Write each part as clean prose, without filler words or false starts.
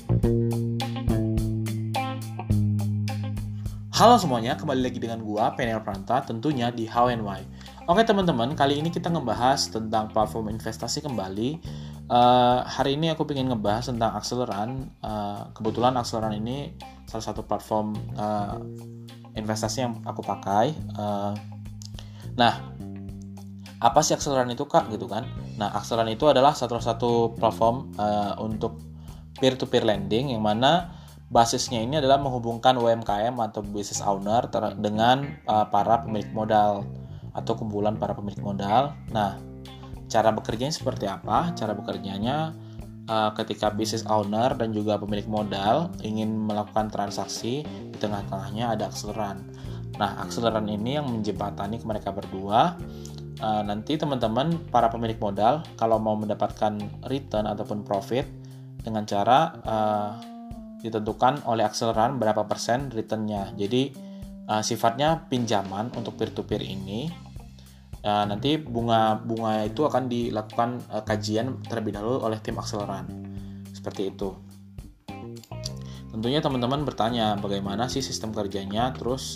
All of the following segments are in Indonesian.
Halo semuanya, kembali lagi dengan gua, Penel Pranta, tentunya di How and Why. Oke teman-teman, kali ini kita ngebahas tentang platform investasi kembali. Hari ini aku ingin ngebahas tentang Acceleran. Kebetulan Acceleran ini salah satu platform investasi yang aku pakai. Nah, apa sih Acceleran itu kak? Gitu kan? Nah, Acceleran itu adalah satu platform untuk peer-to-peer lending yang mana basisnya ini adalah menghubungkan UMKM atau business owner dengan para pemilik modal atau kumpulan para pemilik modal. Nah, cara bekerjanya seperti apa? Cara bekerjanya ketika business owner dan juga pemilik modal ingin melakukan transaksi, di tengah-tengahnya ada Acceleran. Nah, Acceleran ini yang menjembatani mereka berdua. Nanti teman-teman para pemilik modal kalau mau mendapatkan return ataupun profit dengan cara ditentukan oleh Acceleran berapa persen returnnya. Jadi sifatnya pinjaman untuk peer-to-peer ini. Nanti bunga itu akan dilakukan kajian terlebih dahulu oleh tim Acceleran. Seperti itu. Tentunya teman-teman bertanya bagaimana sih sistem kerjanya, terus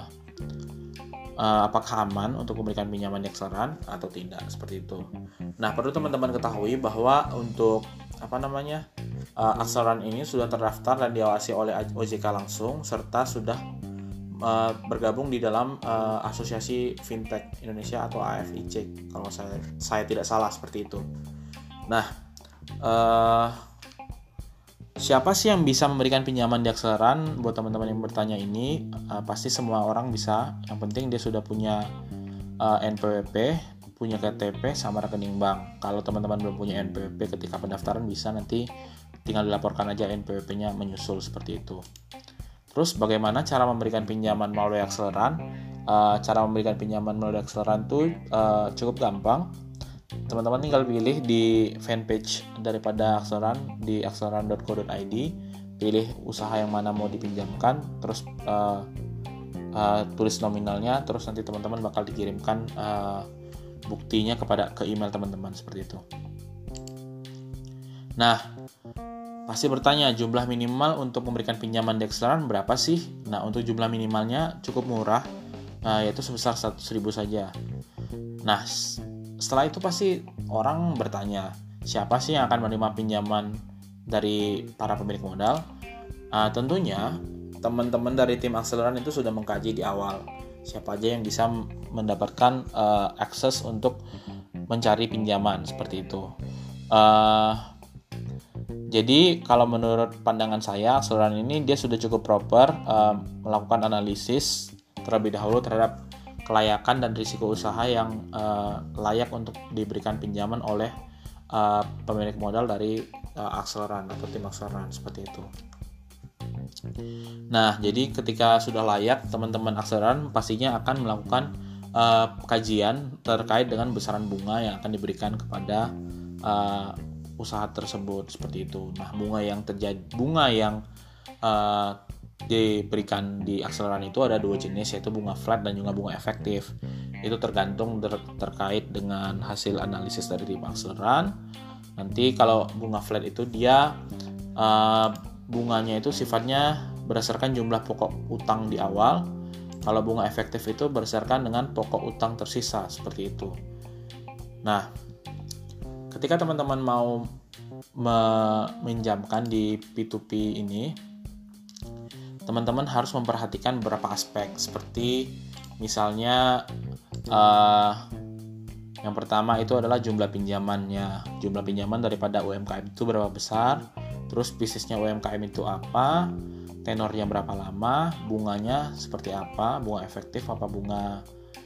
apakah aman untuk memberikan pinjaman di Acceleran atau tidak, seperti itu. Nah, perlu teman-teman ketahui bahwa untuk Acceleran ini sudah terdaftar dan diawasi oleh OJK langsung, serta sudah bergabung di dalam Asosiasi Fintech Indonesia atau AFIC kalau saya tidak salah, seperti itu. Nah, siapa sih yang bisa memberikan pinjaman di Acceleran? Buat teman-teman yang bertanya ini, pasti semua orang bisa. Yang penting dia sudah punya NPWP, punya KTP sama rekening bank. Kalau teman-teman belum punya NPWP ketika pendaftaran, bisa nanti tinggal dilaporkan aja NPWP-nya menyusul, seperti itu. Terus bagaimana cara memberikan pinjaman melalui Acceleran? Cara memberikan pinjaman melalui Acceleran itu cukup gampang. Teman-teman tinggal pilih di fanpage daripada Acceleran di acceleran.co.id, pilih usaha yang mana mau dipinjamkan, terus tulis nominalnya, terus nanti teman-teman bakal dikirimkan buktinya ke email teman-teman, seperti itu. Nah, pasti bertanya jumlah minimal untuk memberikan pinjaman di Acceleran berapa sih? Nah, untuk jumlah minimalnya cukup murah, yaitu sebesar 100.000 saja. Nah, setelah itu pasti orang bertanya, siapa sih yang akan menerima pinjaman dari para pemilik modal? Tentunya teman-teman dari tim Acceleran itu sudah mengkaji di awal siapa aja yang bisa mendapatkan akses untuk mencari pinjaman, seperti itu. Jadi kalau menurut pandangan saya, Acceleran ini dia sudah cukup proper melakukan analisis terlebih dahulu terhadap kelayakan dan risiko usaha yang layak untuk diberikan pinjaman oleh pemilik modal dari Acceleran atau tim Acceleran, seperti itu. Nah, jadi ketika sudah layak, teman-teman Acceleran pastinya akan melakukan kajian terkait dengan besaran bunga yang akan diberikan kepada usaha tersebut, seperti itu. Nah, bunga yang diberikan di Acceleran itu ada dua jenis, yaitu bunga flat dan juga bunga efektif. Itu tergantung terkait dengan hasil analisis dari tim Acceleran. Nanti kalau bunga flat itu dia bunganya itu sifatnya berdasarkan jumlah pokok utang di awal. Kalau bunga efektif itu berdasarkan dengan pokok utang tersisa, seperti itu. Nah, ketika teman-teman mau meminjamkan di P2P ini, teman-teman harus memperhatikan beberapa aspek, seperti misalnya yang pertama itu adalah jumlah pinjamannya. Jumlah pinjaman daripada UMKM itu berapa besar, terus bisnisnya UMKM itu apa, tenornya berapa lama, bunganya seperti apa, bunga efektif apa bunga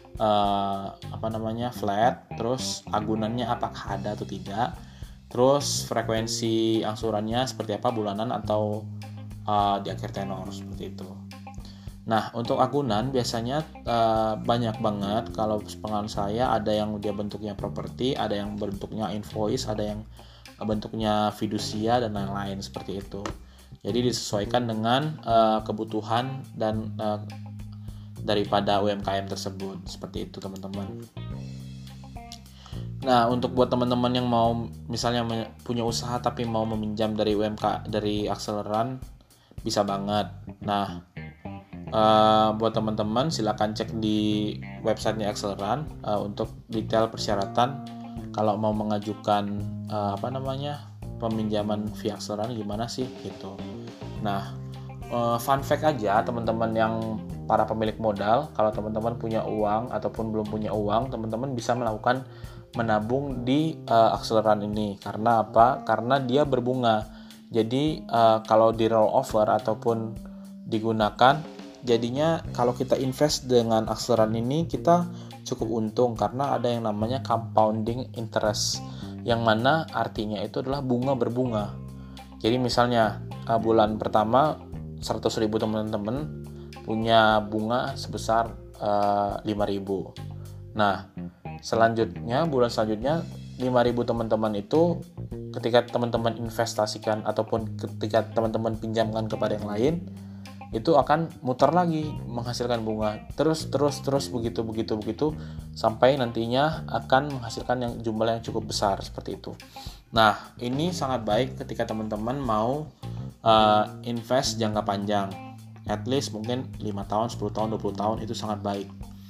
flat, terus agunannya apakah ada atau tidak, terus frekuensi angsurannya seperti apa, bulanan atau di akhir tenor, seperti itu. Nah, untuk agunan biasanya banyak banget. Kalau pengalaman saya, ada yang dia bentuknya properti, ada yang bentuknya invoice, ada yang bentuknya fidusia dan lain-lain, seperti itu. Jadi disesuaikan dengan kebutuhan dan daripada UMKM tersebut, seperti itu teman-teman. Nah, untuk buat teman-teman yang mau misalnya punya usaha tapi mau meminjam dari UMK dari akseleran, bisa banget. Nah, buat teman-teman silakan cek di websitenya Akseleran untuk detail persyaratan kalau mau mengajukan peminjaman via Akseleran gimana sih gitu. Nah, fun fact aja teman-teman yang para pemilik modal, kalau teman-teman punya uang ataupun belum punya uang, teman-teman bisa melakukan menabung di Akseleran ini. Karena apa? Karena dia berbunga. Jadi kalau di roll over ataupun digunakan, jadinya kalau kita invest dengan Akseleran ini kita cukup untung karena ada yang namanya compounding interest, yang mana artinya itu adalah bunga berbunga. Jadi misalnya bulan pertama 100.000 teman-teman punya bunga sebesar 5.000. Nah, bulan selanjutnya 5.000 teman-teman itu ketika teman-teman investasikan ataupun ketika teman-teman pinjamkan kepada yang lain, itu akan muter lagi menghasilkan bunga terus begitu sampai nantinya akan menghasilkan yang jumlah yang cukup besar seperti itu. Nah, ini sangat baik ketika teman-teman mau invest jangka panjang, at least mungkin 5 tahun, 10 tahun, 20 tahun, itu sangat baik.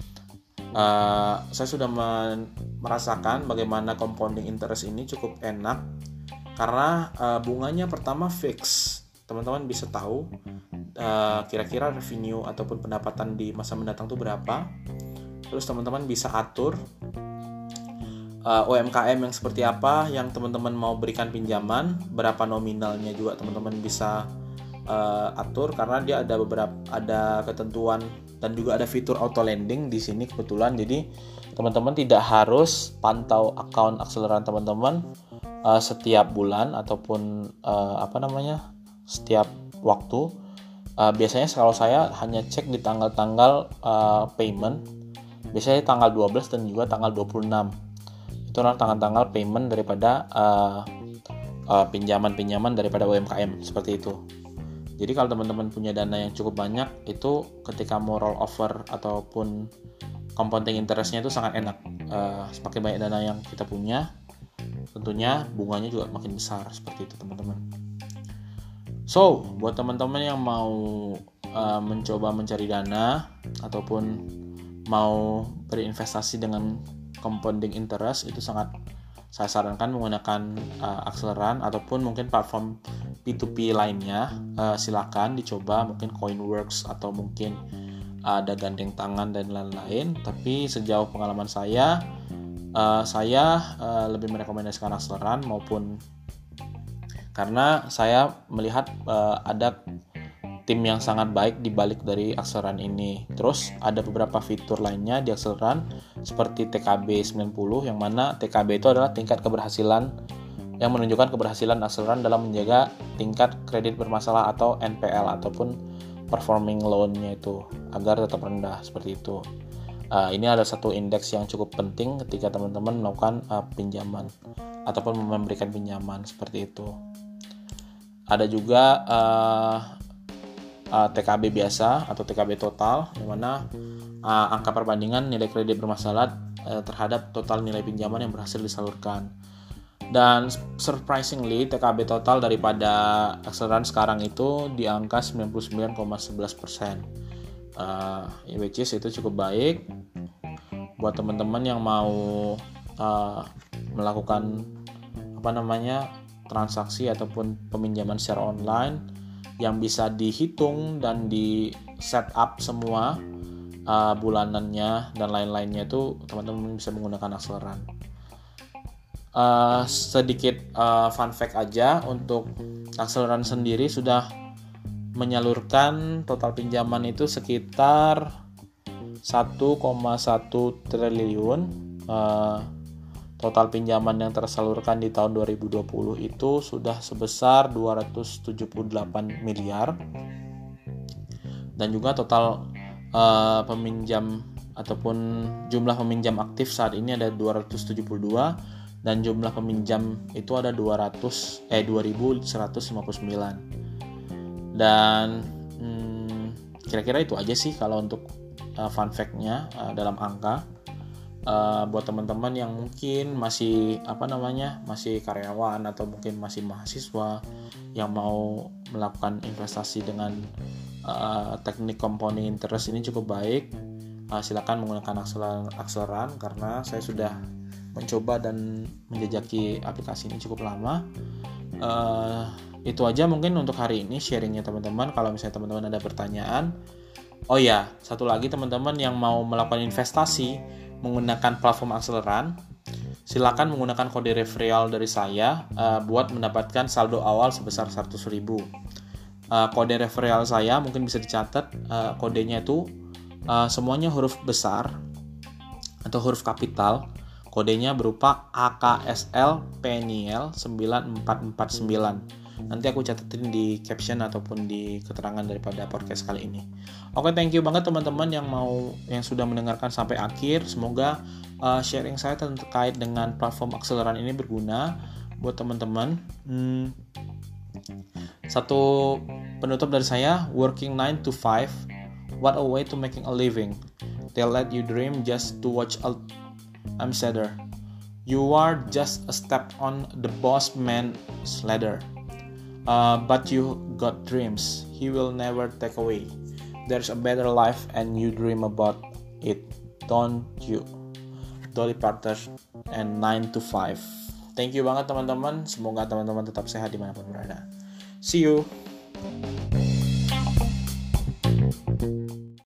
Saya sudah merasakan bagaimana compounding interest ini cukup enak karena bunganya pertama fix. Teman-teman bisa tahu kira-kira revenue ataupun pendapatan di masa mendatang itu berapa. Terus teman-teman bisa atur UMKM yang seperti apa yang teman-teman mau berikan pinjaman, berapa nominalnya juga teman-teman bisa atur karena dia ada ketentuan dan juga ada fitur auto lending di sini kebetulan. Jadi teman-teman tidak harus pantau akun Akseleran teman-teman setiap bulan ataupun setiap waktu. Biasanya kalau saya hanya cek di tanggal-tanggal payment, biasanya tanggal 12 dan juga tanggal 26. Itu adalah tanggal-tanggal payment daripada pinjaman-pinjaman daripada UMKM seperti itu. Jadi kalau teman-teman punya dana yang cukup banyak, itu ketika mau roll over ataupun compounding interest-nya itu sangat enak. Semakin banyak dana yang kita punya, tentunya bunganya juga makin besar seperti itu teman-teman. So, buat teman-teman yang mau mencoba mencari dana ataupun mau berinvestasi dengan compounding interest, itu sangat saya sarankan menggunakan Akseleran ataupun mungkin platform P2P lainnya. Silakan dicoba, mungkin Coinworks atau mungkin ada gandeng tangan dan lain-lain. Tapi sejauh pengalaman saya lebih merekomendasikan Akseleran maupun karena saya melihat ada tim yang sangat baik di balik dari Akseleran ini. Terus ada beberapa fitur lainnya di Akseleran seperti TKB 90, yang mana TKB itu adalah tingkat keberhasilan yang menunjukkan keberhasilan Akseleran dalam menjaga tingkat kredit bermasalah atau NPL ataupun performing loan-nya itu agar tetap rendah seperti itu. Ini ada satu indeks yang cukup penting ketika teman-teman melakukan pinjaman ataupun memberikan pinjaman seperti itu. Ada juga TKB biasa atau TKB total, di mana angka perbandingan nilai kredit bermasalah terhadap total nilai pinjaman yang berhasil disalurkan. Dan surprisingly TKB total daripada Akseleran sekarang itu di angka 99,11%, which is itu cukup baik buat teman-teman yang mau melakukan transaksi ataupun peminjaman secara online yang bisa dihitung dan di set up semua bulanannya dan lain-lainnya, itu teman-teman bisa menggunakan Akseleran. Sedikit fun fact aja, untuk Akseleran sendiri sudah menyalurkan total pinjaman itu sekitar 1,1 triliun. Total pinjaman yang tersalurkan di tahun 2020 itu sudah sebesar 278 miliar. Dan juga total peminjam ataupun jumlah peminjam aktif saat ini ada 272, dan jumlah peminjam itu ada 2.159. Dan kira-kira itu aja sih kalau untuk fun fact-nya dalam angka. Buat teman-teman yang mungkin masih masih karyawan atau mungkin masih mahasiswa yang mau melakukan investasi dengan teknik compounding interest ini cukup baik. Silakan menggunakan akseleran karena saya sudah mencoba dan menjajaki aplikasi ini cukup lama. Itu aja mungkin untuk hari ini sharingnya teman-teman. Kalau misalnya teman-teman ada pertanyaan, oh ya, satu lagi teman-teman yang mau melakukan investasi menggunakan platform akseleran, silakan menggunakan kode referral dari saya buat mendapatkan saldo awal sebesar 100.000. Kode referral saya mungkin bisa dicatat, kodenya itu semuanya huruf besar atau huruf kapital. Kodenya berupa AKSL PNIL 9449. Nanti aku catatin di caption ataupun di keterangan daripada podcast kali ini. Oke, thank you banget teman-teman yang sudah mendengarkan sampai akhir. Semoga sharing saya terkait dengan platform akseleran ini berguna buat teman-teman. Satu penutup dari saya, working 9 to 5, what a way to making a living. They let you dream just to watch I'm sadder. You are just a step on the boss man's ladder. But you got dreams, he will never take away. There's a better life and you dream about it, don't you? Dolly Parton and 9 to 5. Thank you banget teman-teman. Semoga teman-teman tetap sehat dimanapun berada. See you.